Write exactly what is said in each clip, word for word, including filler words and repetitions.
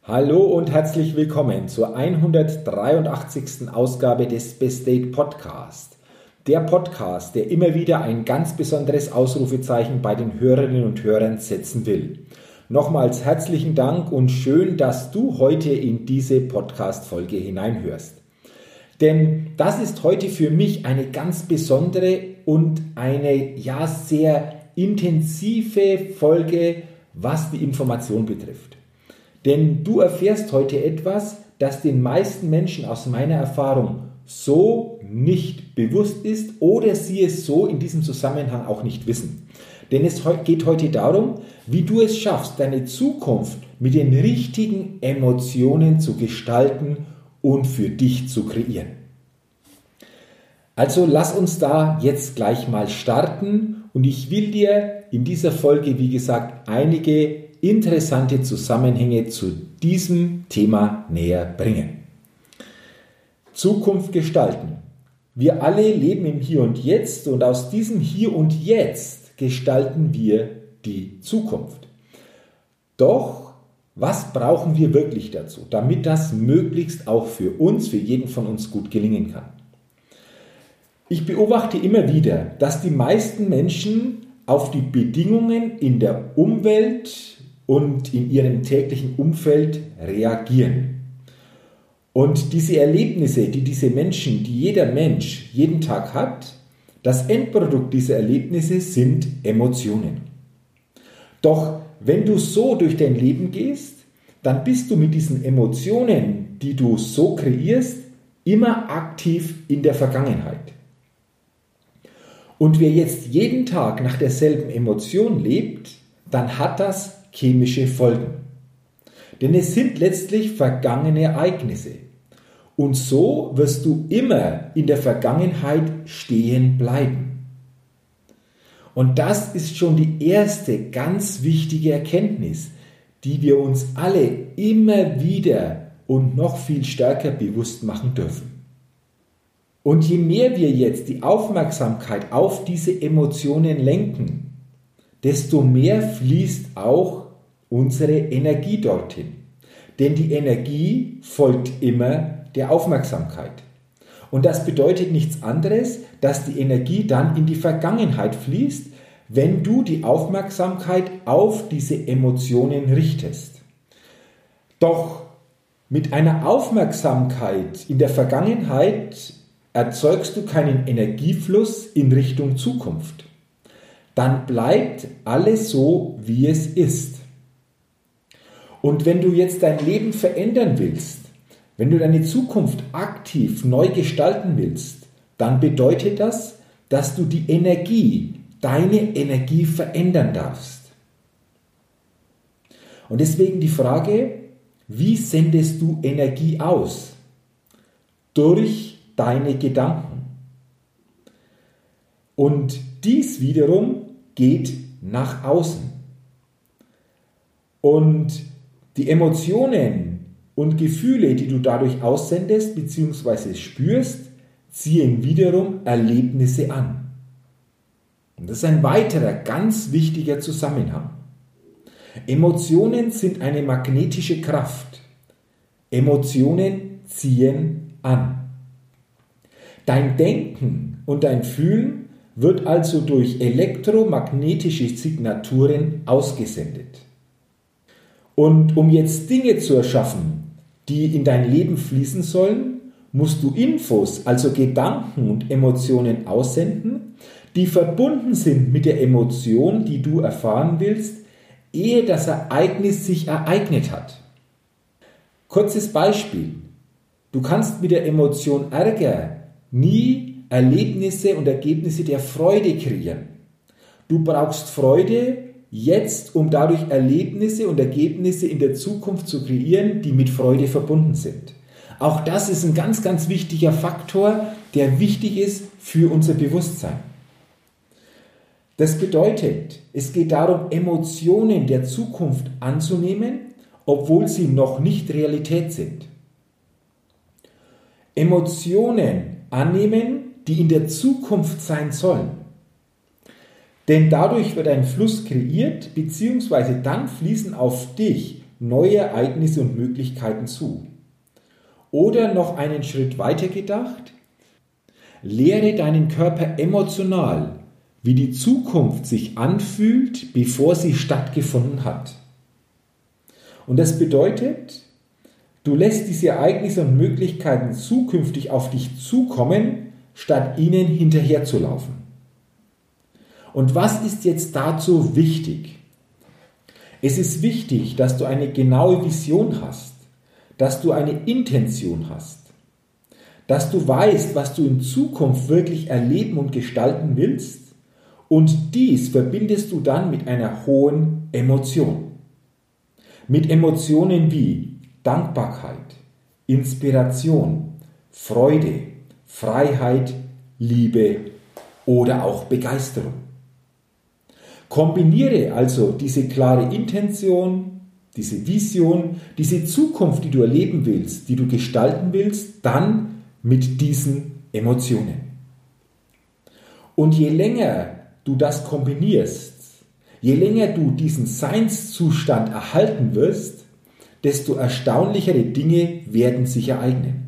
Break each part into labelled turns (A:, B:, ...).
A: Hallo und herzlich willkommen zur hundertdreiundachtzigsten Ausgabe des Best Date Podcast. Der Podcast, der immer wieder ein ganz besonderes Ausrufezeichen bei den Hörerinnen und Hörern setzen will. Nochmals herzlichen Dank und schön, dass du heute in diese Podcast-Folge hineinhörst. Denn das ist heute für mich eine ganz besondere und eine ja sehr intensive Folge, was die Information betrifft. Denn du erfährst heute etwas, das den meisten Menschen aus meiner Erfahrung so nicht bewusst ist oder sie es so in diesem Zusammenhang auch nicht wissen. Denn es geht heute darum, wie du es schaffst, deine Zukunft mit den richtigen Emotionen zu gestalten und für dich zu kreieren. Also lass uns da jetzt gleich mal starten und ich will dir in dieser Folge, wie gesagt, einige interessante Zusammenhänge zu diesem Thema näher bringen. Zukunft gestalten. Wir alle leben im Hier und Jetzt und aus diesem Hier und Jetzt gestalten wir die Zukunft. Doch, was brauchen wir wirklich dazu, damit das möglichst auch für uns, für jeden von uns gut gelingen kann? Ich beobachte immer wieder, dass die meisten Menschen auf die Bedingungen in der Umwelt und in ihrem täglichen Umfeld reagieren. Und diese Erlebnisse, die diese Menschen, die jeder Mensch jeden Tag hat, das Endprodukt dieser Erlebnisse sind Emotionen. Doch wenn du so durch dein Leben gehst, dann bist du mit diesen Emotionen, die du so kreierst, immer aktiv in der Vergangenheit. Und wer jetzt jeden Tag nach derselben Emotion lebt, dann hat das chemische Folgen. Denn es sind letztlich vergangene Ereignisse. Und so wirst du immer in der Vergangenheit stehen bleiben. Und das ist schon die erste ganz wichtige Erkenntnis, die wir uns alle immer wieder und noch viel stärker bewusst machen dürfen. Und je mehr wir jetzt die Aufmerksamkeit auf diese Emotionen lenken, desto mehr fließt auch unsere Energie dorthin. Denn die Energie folgt immer der Aufmerksamkeit. Und das bedeutet nichts anderes, dass die Energie dann in die Vergangenheit fließt, wenn du die Aufmerksamkeit auf diese Emotionen richtest. Doch mit einer Aufmerksamkeit in der Vergangenheit erzeugst du keinen Energiefluss in Richtung Zukunft. Dann bleibt alles so, wie es ist. Und wenn du jetzt dein Leben verändern willst, wenn du deine Zukunft aktiv neu gestalten willst, dann bedeutet das, dass du die Energie, deine Energie verändern darfst. Und deswegen die Frage, wie sendest du Energie aus? Durch deine Gedanken. Und dies wiederum geht nach außen. Und die Emotionen und Gefühle, die du dadurch aussendest bzw. spürst, ziehen wiederum Erlebnisse an. Und das ist ein weiterer ganz wichtiger Zusammenhang. Emotionen sind eine magnetische Kraft. Emotionen ziehen an. Dein Denken und dein Fühlen wird also durch elektromagnetische Signaturen ausgesendet. Und um jetzt Dinge zu erschaffen, die in dein Leben fließen sollen, musst du Infos, also Gedanken und Emotionen aussenden, die verbunden sind mit der Emotion, die du erfahren willst, ehe das Ereignis sich ereignet hat. Kurzes Beispiel. Du kannst mit der Emotion Ärger nie Erlebnisse und Ergebnisse der Freude kreieren. Du brauchst Freude jetzt, um dadurch Erlebnisse und Ergebnisse in der Zukunft zu kreieren, die mit Freude verbunden sind. Auch das ist ein ganz, ganz wichtiger Faktor, der wichtig ist für unser Bewusstsein. Das bedeutet, es geht darum, Emotionen der Zukunft anzunehmen, obwohl sie noch nicht Realität sind. Emotionen annehmen, die in der Zukunft sein sollen. Denn dadurch wird ein Fluss kreiert, beziehungsweise dann fließen auf dich neue Ereignisse und Möglichkeiten zu. Oder noch einen Schritt weiter gedacht, lehre deinen Körper emotional, wie die Zukunft sich anfühlt, bevor sie stattgefunden hat. Und das bedeutet, du lässt diese Ereignisse und Möglichkeiten zukünftig auf dich zukommen, statt ihnen hinterherzulaufen. Und was ist jetzt dazu wichtig? Es ist wichtig, dass du eine genaue Vision hast, dass du eine Intention hast, dass du weißt, was du in Zukunft wirklich erleben und gestalten willst, und dies verbindest du dann mit einer hohen Emotion. Mit Emotionen wie Dankbarkeit, Inspiration, Freude, Freiheit, Liebe oder auch Begeisterung. Kombiniere also diese klare Intention, diese Vision, diese Zukunft, die du erleben willst, die du gestalten willst, dann mit diesen Emotionen. Und je länger du das kombinierst, je länger du diesen Seinszustand erhalten wirst, desto erstaunlichere Dinge werden sich ereignen.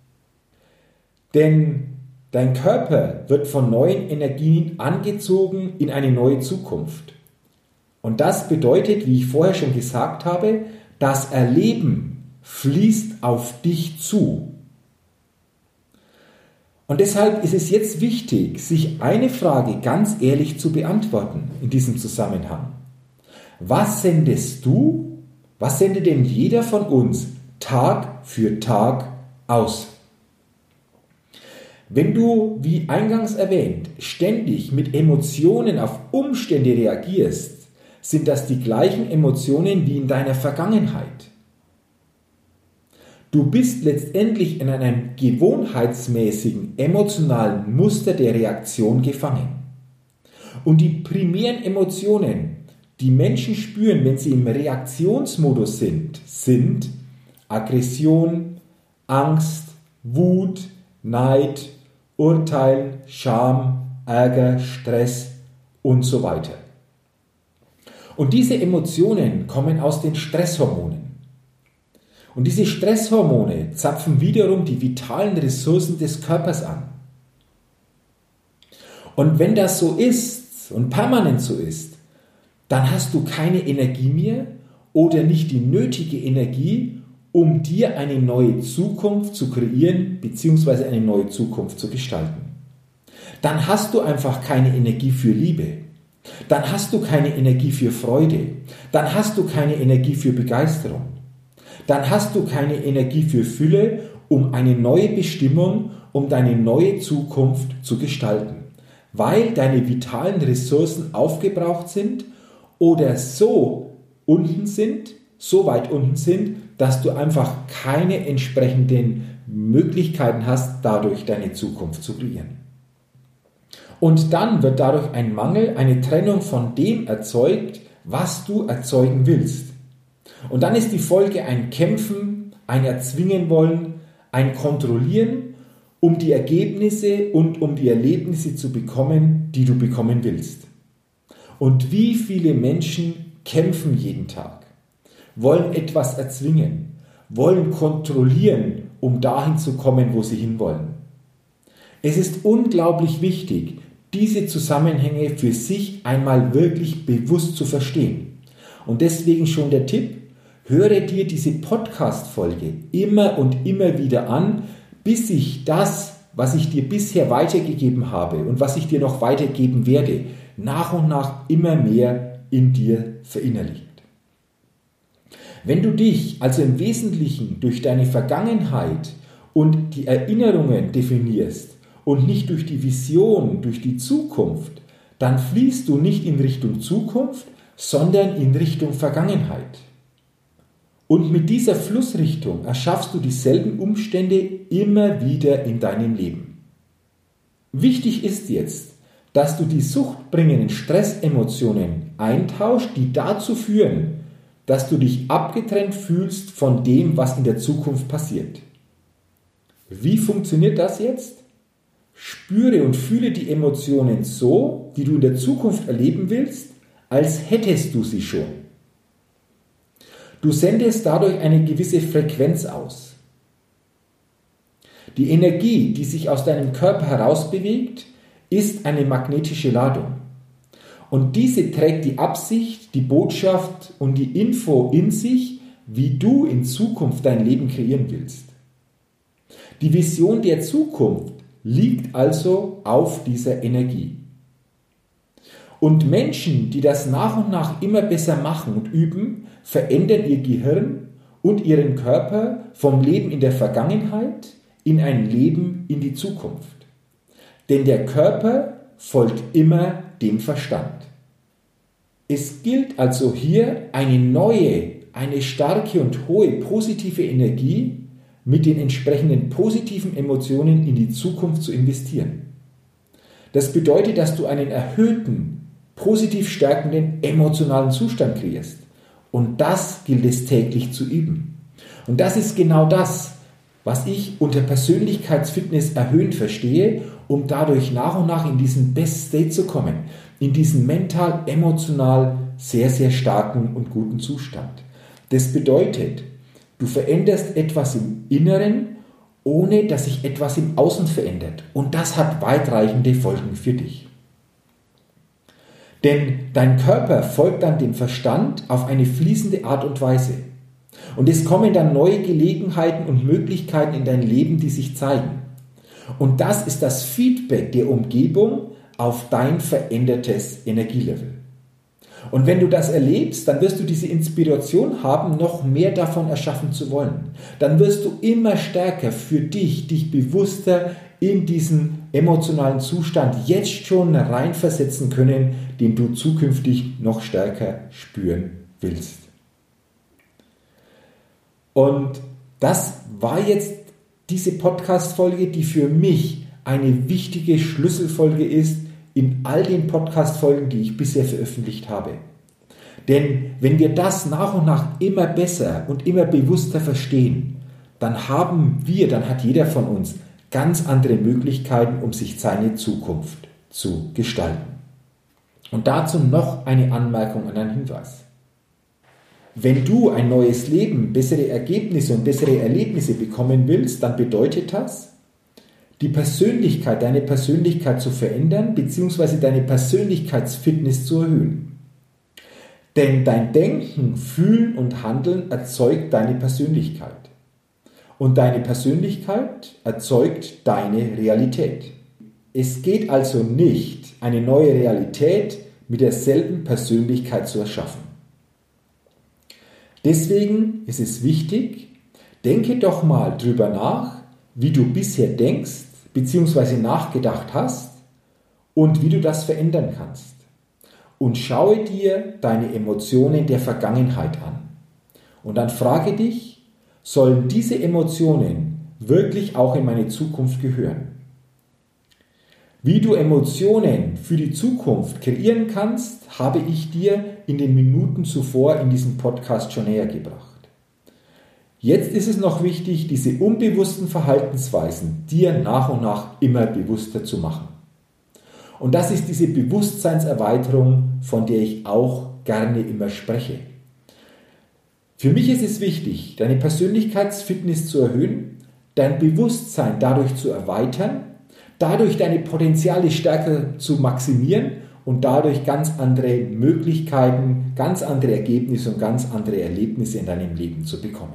A: Denn dein Körper wird von neuen Energien angezogen in eine neue Zukunft. Und das bedeutet, wie ich vorher schon gesagt habe, das Erleben fließt auf dich zu. Und deshalb ist es jetzt wichtig, sich eine Frage ganz ehrlich zu beantworten in diesem Zusammenhang. Was sendest du, was sendet denn jeder von uns Tag für Tag aus? Wenn du, wie eingangs erwähnt, ständig mit Emotionen auf Umstände reagierst, sind das die gleichen Emotionen wie in deiner Vergangenheit. Du bist letztendlich in einem gewohnheitsmäßigen emotionalen Muster der Reaktion gefangen. Und die primären Emotionen, die Menschen spüren, wenn sie im Reaktionsmodus sind, sind Aggression, Angst, Wut, Neid, Urteil, Scham, Ärger, Stress und so weiter. Und diese Emotionen kommen aus den Stresshormonen. Und diese Stresshormone zapfen wiederum die vitalen Ressourcen des Körpers an. Und wenn das so ist und permanent so ist, dann hast du keine Energie mehr oder nicht die nötige Energie, um dir eine neue Zukunft zu kreieren bzw. eine neue Zukunft zu gestalten. Dann hast du einfach keine Energie für Liebe. Dann hast du keine Energie für Freude. Dann hast du keine Energie für Begeisterung. Dann hast du keine Energie für Fülle, um eine neue Bestimmung, um deine neue Zukunft zu gestalten. Weil deine vitalen Ressourcen aufgebraucht sind oder so unten sind, so weit unten sind, dass du einfach keine entsprechenden Möglichkeiten hast, dadurch deine Zukunft zu kreieren. Und dann wird dadurch ein Mangel, eine Trennung von dem erzeugt, was du erzeugen willst. Und dann ist die Folge ein Kämpfen, ein Erzwingen wollen, ein Kontrollieren, um die Ergebnisse und um die Erlebnisse zu bekommen, die du bekommen willst. Und wie viele Menschen kämpfen jeden Tag, wollen etwas erzwingen, wollen kontrollieren, um dahin zu kommen, wo sie hinwollen. Es ist unglaublich wichtig, diese Zusammenhänge für sich einmal wirklich bewusst zu verstehen. Und deswegen schon der Tipp, höre dir diese Podcast-Folge immer und immer wieder an, bis sich das, was ich dir bisher weitergegeben habe und was ich dir noch weitergeben werde, nach und nach immer mehr in dir verinnerlicht. Wenn du dich also im Wesentlichen durch deine Vergangenheit und die Erinnerungen definierst und nicht durch die Vision, durch die Zukunft, dann fließt du nicht in Richtung Zukunft, sondern in Richtung Vergangenheit. Und mit dieser Flussrichtung erschaffst du dieselben Umstände immer wieder in deinem Leben. Wichtig ist jetzt, dass du die suchtbringenden Stressemotionen eintauschst, die dazu führen, dass du dich abgetrennt fühlst von dem, was in der Zukunft passiert. Wie funktioniert das jetzt? Spüre und fühle die Emotionen so, die du in der Zukunft erleben willst, als hättest du sie schon. Du sendest dadurch eine gewisse Frequenz aus. Die Energie, die sich aus deinem Körper herausbewegt, ist eine magnetische Ladung. Und diese trägt die Absicht, die Botschaft und die Info in sich, wie du in Zukunft dein Leben kreieren willst. Die Vision der Zukunft liegt also auf dieser Energie. Und Menschen, die das nach und nach immer besser machen und üben, verändern ihr Gehirn und ihren Körper vom Leben in der Vergangenheit in ein Leben in die Zukunft. Denn der Körper folgt immer dem Verstand. Es gilt also hier eine neue, eine starke und hohe positive Energie mit den entsprechenden positiven Emotionen in die Zukunft zu investieren. Das bedeutet, dass du einen erhöhten, positiv stärkenden emotionalen Zustand kreierst. Und das gilt es täglich zu üben. Und das ist genau das, was ich unter Persönlichkeitsfitness erhöhen verstehe, um dadurch nach und nach in diesen Best State zu kommen, in diesen mental, emotional sehr, sehr starken und guten Zustand. Das bedeutet, du veränderst etwas im Inneren, ohne dass sich etwas im Außen verändert. Und das hat weitreichende Folgen für dich. Denn dein Körper folgt dann dem Verstand auf eine fließende Art und Weise. Und es kommen dann neue Gelegenheiten und Möglichkeiten in dein Leben, die sich zeigen. Und das ist das Feedback der Umgebung auf dein verändertes Energielevel. Und wenn du das erlebst, dann wirst du diese Inspiration haben, noch mehr davon erschaffen zu wollen. Dann wirst du immer stärker für dich, dich bewusster in diesen emotionalen Zustand jetzt schon reinversetzen können, den du zukünftig noch stärker spüren willst. Und das war jetzt diese Podcast-Folge, die für mich eine wichtige Schlüsselfolge ist in all den Podcast-Folgen, die ich bisher veröffentlicht habe. Denn wenn wir das nach und nach immer besser und immer bewusster verstehen, dann haben wir, dann hat jeder von uns ganz andere Möglichkeiten, um sich seine Zukunft zu gestalten. Und dazu noch eine Anmerkung und ein Hinweis. Wenn du ein neues Leben, bessere Ergebnisse und bessere Erlebnisse bekommen willst, dann bedeutet das, die Persönlichkeit, deine Persönlichkeit zu verändern, beziehungsweise deine Persönlichkeitsfitness zu erhöhen. Denn dein Denken, Fühlen und Handeln erzeugt deine Persönlichkeit. Und deine Persönlichkeit erzeugt deine Realität. Es geht also nicht, eine neue Realität mit derselben Persönlichkeit zu erschaffen. Deswegen ist es wichtig, denke doch mal drüber nach, wie du bisher denkst bzw. nachgedacht hast und wie du das verändern kannst. Und schaue dir deine Emotionen der Vergangenheit an. Und dann frage dich, sollen diese Emotionen wirklich auch in meine Zukunft gehören? Wie du Emotionen für die Zukunft kreieren kannst, habe ich dir in den Minuten zuvor in diesem Podcast schon näher gebracht. Jetzt ist es noch wichtig, diese unbewussten Verhaltensweisen dir nach und nach immer bewusster zu machen. Und das ist diese Bewusstseinserweiterung, von der ich auch gerne immer spreche. Für mich ist es wichtig, deine Persönlichkeitsfitness zu erhöhen, dein Bewusstsein dadurch zu erweitern, dadurch deine Potenziale stärker zu maximieren und dadurch ganz andere Möglichkeiten, ganz andere Ergebnisse und ganz andere Erlebnisse in deinem Leben zu bekommen.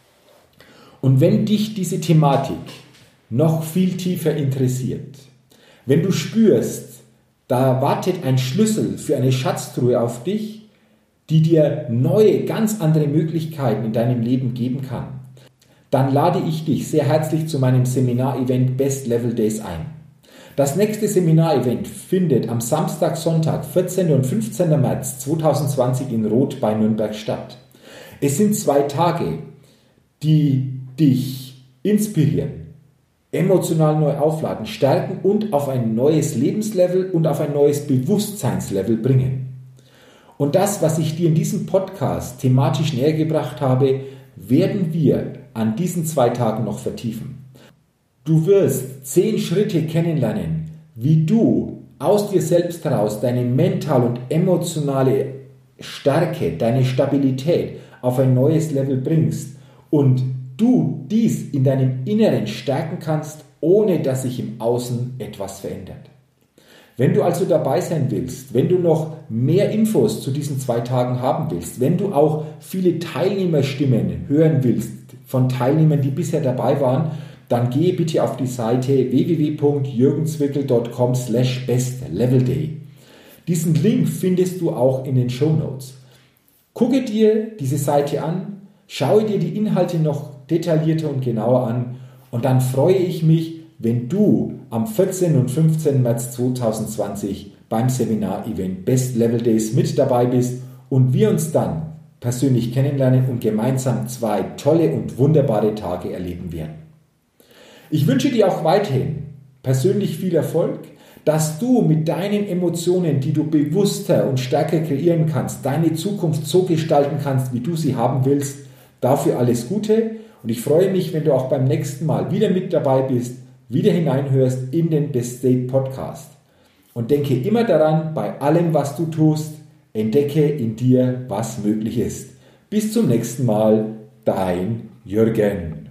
A: Und wenn dich diese Thematik noch viel tiefer interessiert, wenn du spürst, da wartet ein Schlüssel für eine Schatztruhe auf dich, die dir neue, ganz andere Möglichkeiten in deinem Leben geben kann, dann lade ich dich sehr herzlich zu meinem Seminar-Event Best Level Days ein. Das nächste Seminar-Event findet am Samstag, Sonntag, vierzehnten und fünfzehnten März zweitausendzwanzig in Roth bei Nürnberg statt. Es sind zwei Tage, die dich inspirieren, emotional neu aufladen, stärken und auf ein neues Lebenslevel und auf ein neues Bewusstseinslevel bringen. Und das, was ich dir in diesem Podcast thematisch näher gebracht habe, werden wir an diesen zwei Tagen noch vertiefen. Du wirst zehn Schritte kennenlernen, wie du aus dir selbst heraus deine mentale und emotionale Stärke, deine Stabilität auf ein neues Level bringst und du dies in deinem Inneren stärken kannst, ohne dass sich im Außen etwas verändert. Wenn du also dabei sein willst, wenn du noch mehr Infos zu diesen zwei Tagen haben willst, wenn du auch viele Teilnehmerstimmen hören willst von Teilnehmern, die bisher dabei waren, dann gehe bitte auf die Seite w w w punkt jürgenzwickel punkt com slash best level day. Diesen Link findest du auch in den Shownotes. Gucke dir diese Seite an, schaue dir die Inhalte noch detaillierter und genauer an und dann freue ich mich, wenn du am vierzehnten und fünfzehnten März zweitausendzwanzig beim Seminar-Event Best Level Days mit dabei bist und wir uns dann persönlich kennenlernen und gemeinsam zwei tolle und wunderbare Tage erleben werden. Ich wünsche dir auch weiterhin persönlich viel Erfolg, dass du mit deinen Emotionen, die du bewusster und stärker kreieren kannst, deine Zukunft so gestalten kannst, wie du sie haben willst. Dafür alles Gute und ich freue mich, wenn du auch beim nächsten Mal wieder mit dabei bist, wieder hineinhörst in den Best State Podcast. Und denke immer daran, bei allem, was du tust, entdecke in dir, was möglich ist. Bis zum nächsten Mal, dein Jürgen.